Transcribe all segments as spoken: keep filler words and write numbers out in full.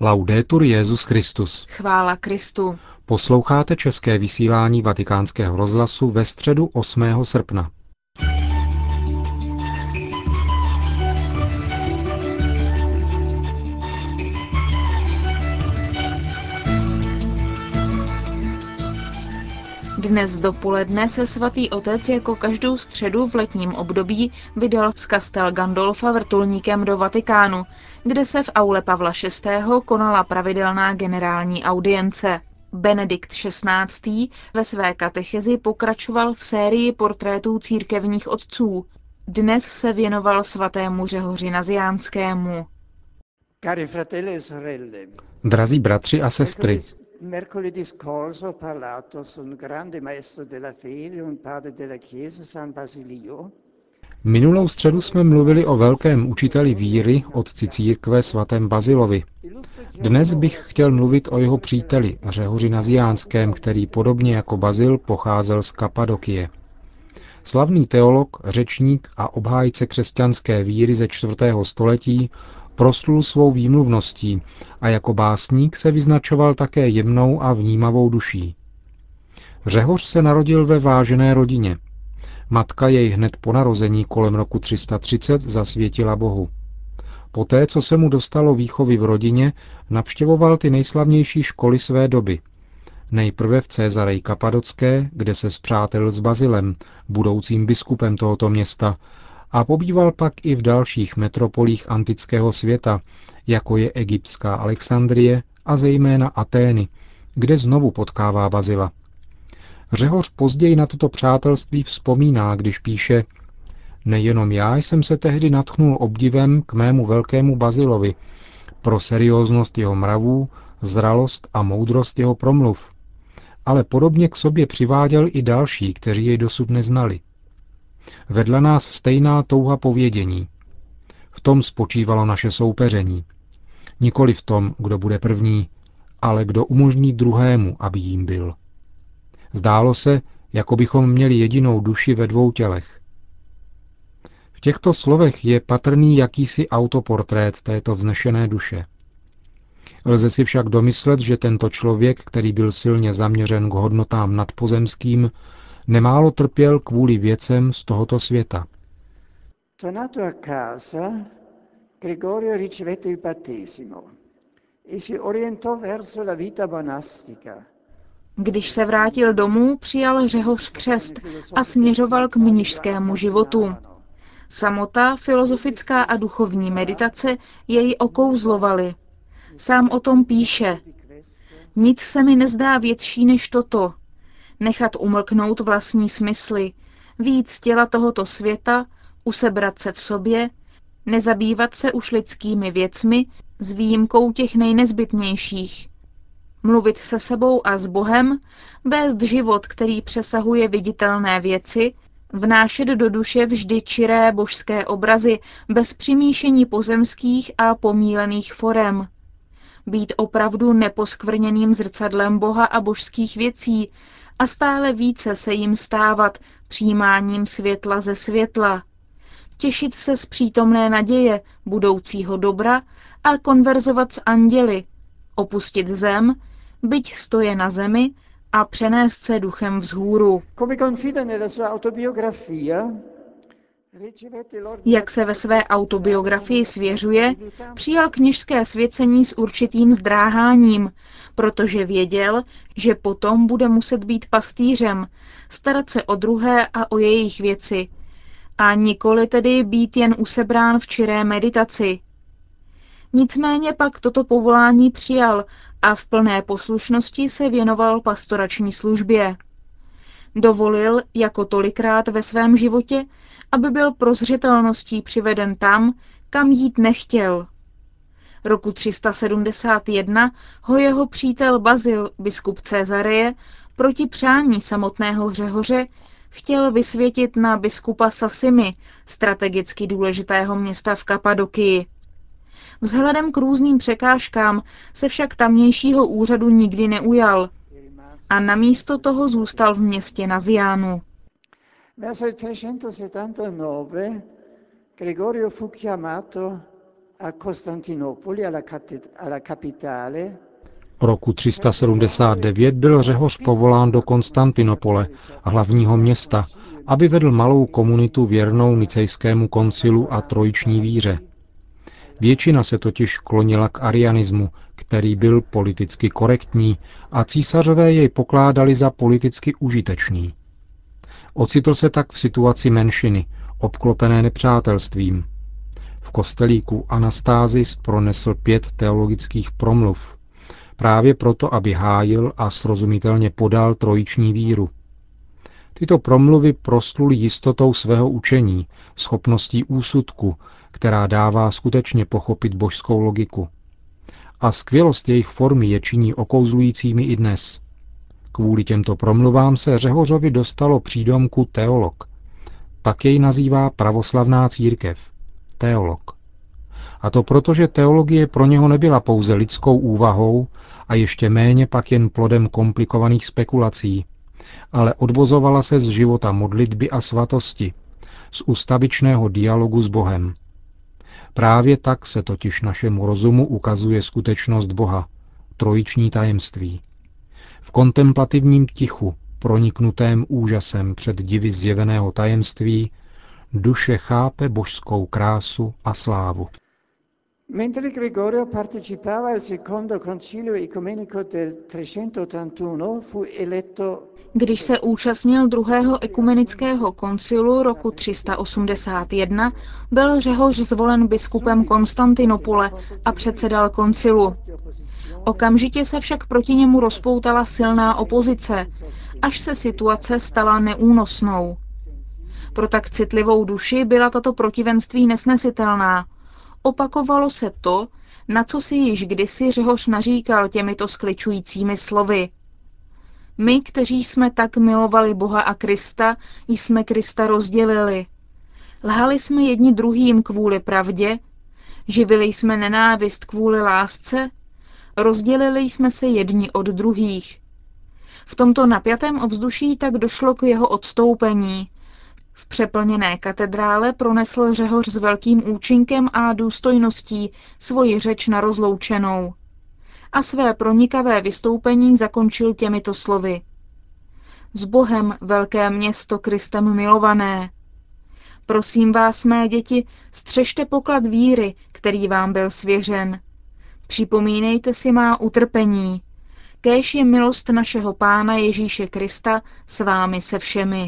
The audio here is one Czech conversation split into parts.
Laudetur Jesus Christus. Chvála Kristu. Posloucháte české vysílání Vatikánského rozhlasu ve středu osmého srpna. Dnes dopoledne se svatý otec jako každou středu v letním období vydal z Castel Gandolfa vrtulníkem do Vatikánu, kde se v aule Pavla šestého konala pravidelná generální audience. Benedikt šestnáctý. ve své katechezi pokračoval v sérii portrétů církevních otců. Dnes se věnoval svatému Řehoři Nazianskému. Drazí bratři a sestry, Mercoledì scorso ho parlato sul grande maestro della fede, un padre della Chiesa, San Basilio. Minulou středu jsme mluvili o velkém učiteli víry, otci církve svatém Bazilovi. Dnes bych chtěl mluvit o jeho příteli, Řehoři Nazianském, který podobně jako Bazil pocházel z Kapadokie. Slavný teolog, řečník a obhájce křesťanské víry ze čtvrtého století proslul svou výmluvností a jako básník se vyznačoval také jemnou a vnímavou duší. Řehoř se narodil ve vážené rodině. Matka jej hned po narození kolem roku tři sta třicet zasvětila Bohu. Poté, co se mu dostalo výchovy v rodině, navštěvoval ty nejslavnější školy své doby. Nejprve v Cézareji Kapadocké, kde se spřátelil s Bazilem, budoucím biskupem tohoto města, a pobýval pak i v dalších metropolích antického světa, jako je egyptská Alexandrie a zejména Atény, kde znovu potkává Bazila. Řehoř později na toto přátelství vzpomíná, když píše: Nejenom já jsem se tehdy nadchnul obdivem k mému velkému Bazilovi, pro serióznost jeho mravů, zralost a moudrost jeho promluv, ale podobně k sobě přiváděl i další, kteří jej dosud neznali. Vedla nás stejná touha po vědění. V tom spočívalo naše soupeření. Nikoli v tom, kdo bude první, ale kdo umožní druhému, aby jím byl. Zdálo se, jako bychom měli jedinou duši ve dvou tělech. V těchto slovech je patrný jakýsi autoportrét této vznešené duše. Lze si však domyslet, že tento člověk, který byl silně zaměřen k hodnotám nadpozemským, nemálo trpěl kvůli věcem z tohoto světa. Tornato a casa, Gregorio ricevette il battesimo e si orientò verso la vita monastica. Když se vrátil domů, přijal Řehoř křest a směřoval k mnišskému životu. Samota, filozofická a duchovní meditace jej okouzlovaly. Sám o tom píše: Nic se mi nezdá větší než toto. Nechat umlknout vlastní smysly, vyjít z těla tohoto světa, usebrat se v sobě, nezabývat se už lidskými věcmi s výjimkou těch nejnezbytnějších. Mluvit se sebou a s Bohem, vést život, který přesahuje viditelné věci, vnášet do duše vždy čiré božské obrazy bez přimíšení pozemských a pomílených forem. Být opravdu neposkvrněným zrcadlem Boha a božských věcí a stále více se jim stávat přijímáním světla ze světla. Těšit se z přítomné naděje budoucího dobra a konverzovat s anděli, opustit zem, byť stoje na zemi, a přenést se duchem vzhůru. Jak se ve své autobiografii svěřuje, přijal kněžské svěcení s určitým zdráháním, protože věděl, že potom bude muset být pastýřem, starat se o druhé a o jejich věci, a nikoli tedy být jen usebrán v čiré meditaci. Nicméně pak toto povolání přijal a v plné poslušnosti se věnoval pastorační službě. Dovolil, jako tolikrát ve svém životě, aby byl prozřetelností přiveden tam, kam jít nechtěl. Roku tři sta sedmdesát jedna ho jeho přítel Bazil, biskup Cezareje, proti přání samotného Řehoře, chtěl vysvětit na biskupa Sasimi, strategicky důležitého města v Kapadokii. Vzhledem k různým překážkám se však tamnějšího úřadu nikdy neujal a namísto toho zůstal v městě Nazianu. Verso il trecentosettantanove Gregorio fu chiamato a Costantinopoli, alla cat- alla capitale. Roku tři sta sedmdesát devět byl Řehoř povolán do Konstantinopole, hlavního města, aby vedl malou komunitu věrnou nicejskému koncilu a trojiční víře. Většina se totiž klonila k arianismu, který byl politicky korektní a císařové jej pokládali za politicky užitečný. Ocitl se tak v situaci menšiny, obklopené nepřátelstvím. V kostelíku Anastázis pronesl pět teologických promluv, právě proto, aby hájil a srozumitelně podal trojiční víru. Tyto promluvy prosluly jistotou svého učení, schopností úsudku, která dává skutečně pochopit božskou logiku. A skvělost jejich formy je činí okouzlujícími i dnes. Kvůli těmto promluvám se Řehořovi dostalo přídomku teolog. Tak jej nazývá pravoslavná církev. Teolog. A to proto, že teologie pro něho nebyla pouze lidskou úvahou a ještě méně pak jen plodem komplikovaných spekulací, ale odvozovala se z života modlitby a svatosti, z ustavičného dialogu s Bohem. Právě tak se totiž našemu rozumu ukazuje skutečnost Boha, trojiční tajemství. V kontemplativním tichu, proniknutém úžasem před divy zjeveného tajemství, duše chápe božskou krásu a slávu. Mentre Gregorio partecipava al secondo concilio ecumenico del trecentottantuno, fu eletto. Když se účastnil druhého ekumenického koncilu roku tři sta osmdesát jedna, byl Řehoř zvolen biskupem Konstantinopole a předsedal koncilu. Okamžitě se však proti němu rozpoutala silná opozice, až se situace stala neúnosnou. Pro tak citlivou duši byla tato protivenství nesnesitelná. Opakovalo se to, na co si již kdysi Řehoř naříkal těmito skličujícími slovy. My, kteří jsme tak milovali Boha a Krista, jsme Krista rozdělili. Lhali jsme jedni druhým kvůli pravdě, živili jsme nenávist kvůli lásce, rozdělili jsme se jedni od druhých. V tomto napjatém ovzduší tak došlo k jeho odstoupení. V přeplněné katedrále pronesl Řehoř s velkým účinkem a důstojností svoji řeč na rozloučenou. A své pronikavé vystoupení zakončil těmito slovy. S Bohem, velké město Kristem milované. Prosím vás, mé děti, střežte poklad víry, který vám byl svěřen. Připomínejte si má utrpení. Kéž je milost našeho Pána Ježíše Krista s vámi se všemi.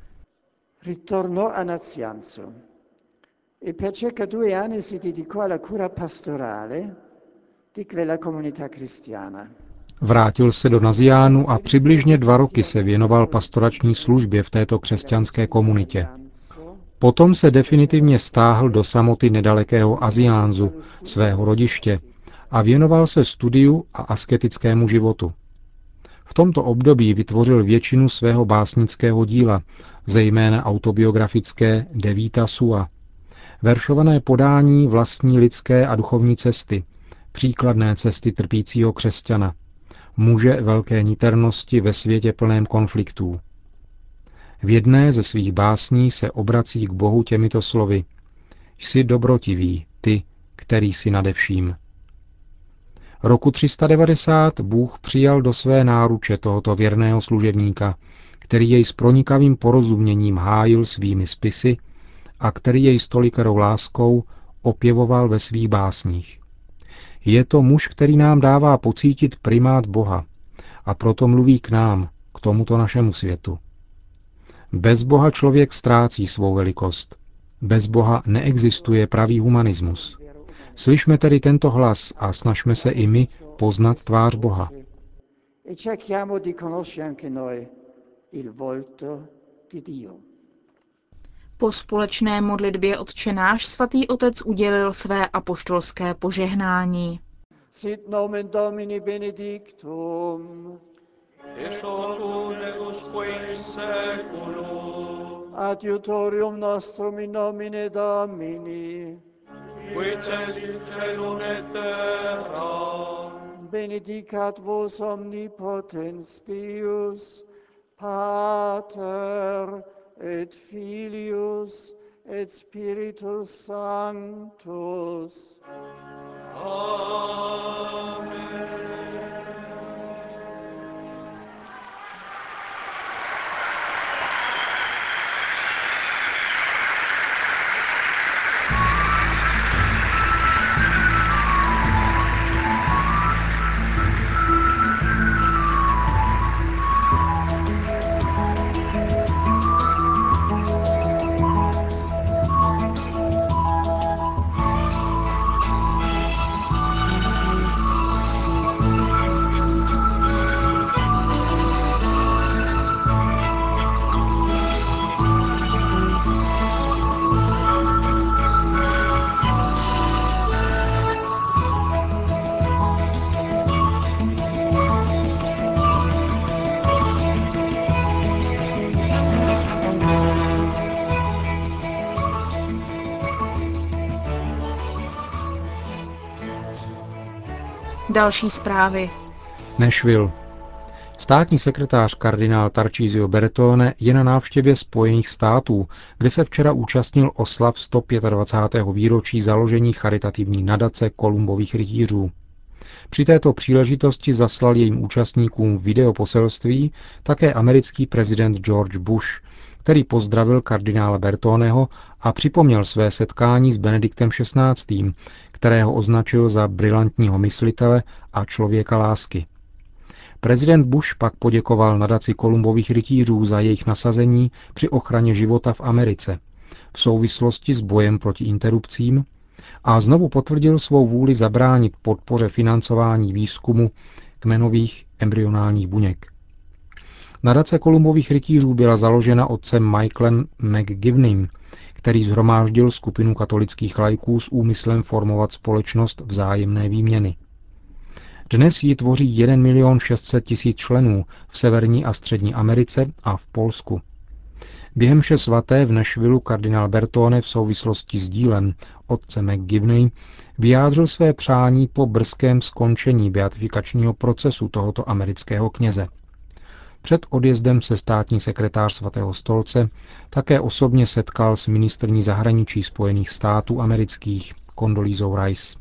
Ritornò a Nazianzo e per circa due anni si dedicò alla cura pastorale di quella comunità cristiana. Vrátil se do Naziánu a přibližně dva roky se věnoval pastorační službě v této křesťanské komunitě. Potom se definitivně stáhl do samoty nedalekého Aziánzu, svého rodiště, a věnoval se studiu a asketickému životu. V tomto období vytvořil většinu svého básnického díla, zejména autobiografické De vita sua, veršované podání vlastní lidské a duchovní cesty, příkladné cesty trpícího křesťana, muže velké niternosti ve světě plném konfliktů. V jedné ze svých básní se obrací k Bohu těmito slovy: Jsi dobrotivý, ty, který jsi nade vším. Roku tři sta devadesát Bůh přijal do své náruče tohoto věrného služebníka, který jej s pronikavým porozuměním hájil svými spisy a který jej s tolikerou láskou opěvoval ve svých básních. Je to muž, který nám dává pocítit primát Boha a proto mluví k nám, k tomuto našemu světu. Bez Boha člověk ztrácí svou velikost. Bez Boha neexistuje pravý humanismus. Slyšme tedy tento hlas a snažme se i my poznat tvář Boha. Po společné modlitbě Otčenáš svatý otec udělil své apoštolské požehnání. Sit nomen Domini benedictum. Ex hoc nunc usque in saeculum. Adiutorium nostrum in nomine Domini. Qui celit caelum et terra. Benedicat vos omnipotens Deus, Pater et Filius et Spiritus Sanctus. Amen. Další zprávy. Nashville. Státní sekretář kardinál Tarcísio Bertone je na návštěvě Spojených států, kde se včera účastnil oslav sto dvacátého pátého výročí založení charitativní nadace Kolumbových rytířů. Při této příležitosti zaslal jejím účastníkům videoposelství také americký prezident George Bush, který pozdravil kardinála Bertoneho a připomněl své setkání s Benediktem šestnáctým, kterého označil za brilantního myslitele a člověka lásky. Prezident Bush pak poděkoval nadaci Kolumbových rytířů za jejich nasazení při ochraně života v Americe v souvislosti s bojem proti interrupcím a znovu potvrdil svou vůli zabránit podpoře financování výzkumu kmenových embryonálních buněk. Nadace Kolumbových rytířů byla založena otcem Michaelem McGivneym, který shromáždil skupinu katolických laiků s úmyslem formovat společnost vzájemné výměny. Dnes ji tvoří jeden milion šest set tisíc členů v Severní a Střední Americe a v Polsku. Během mše svaté v Nashvillu kardinál Bertone v souvislosti s dílem otce McGivney vyjádřil své přání po brzkém skončení beatifikačního procesu tohoto amerického kněze. Před odjezdem se státní sekretář svatého stolce také osobně setkal s ministryní zahraničí Spojených států amerických Condoleezou Rice.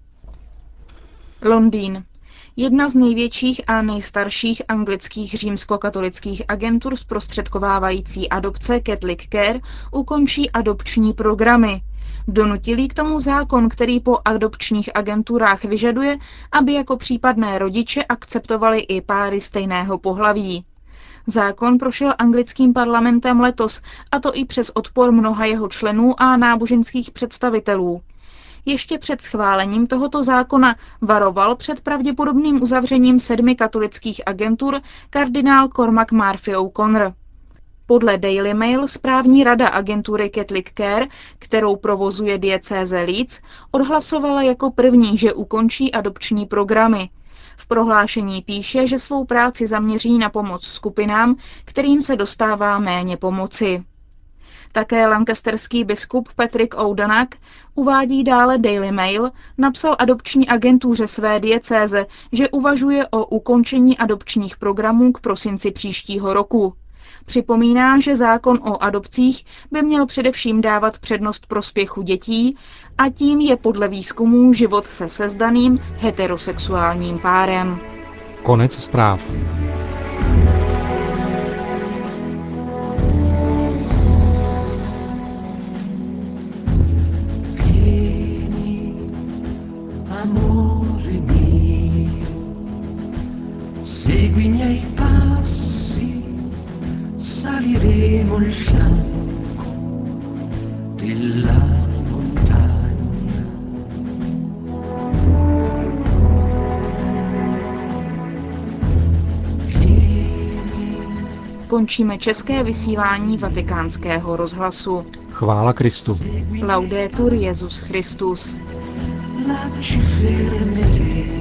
Londýn. Jedna z největších a nejstarších anglických římskokatolických agentur zprostředkovávající adopce Catholic Care ukončí adopční programy. Donutilý k tomu zákon, který po adopčních agenturách vyžaduje, aby jako případné rodiče akceptovali i páry stejného pohlaví. Zákon prošel anglickým parlamentem letos, a to i přes odpor mnoha jeho členů a náboženských představitelů. Ještě před schválením tohoto zákona varoval před pravděpodobným uzavřením sedmi katolických agentur kardinál Cormac Murphy O'Connor. Podle Daily Mail správní rada agentury Catholic Care, kterou provozuje diecéze Leeds, odhlasovala jako první, že ukončí adopční programy. V prohlášení píše, že svou práci zaměří na pomoc skupinám, kterým se dostává méně pomoci. Také lancasterský biskup Patrick O'Donoghue, uvádí dále Daily Mail, napsal adopční agentuře své diecéze, že uvažuje o ukončení adopčních programů k prosinci příštího roku. Připomíná, že zákon o adopcích by měl především dávat přednost prospěchu dětí a tím je podle výzkumů život se sezdaným heterosexuálním párem. Konec zpráv. Amore mio, segui i miei passi, saliremo il fianco della montagna. Končíme české vysílání Vatikánského rozhlasu. Chvála Kristu. Laudetur Jesus Christus. Là ci fermeremo.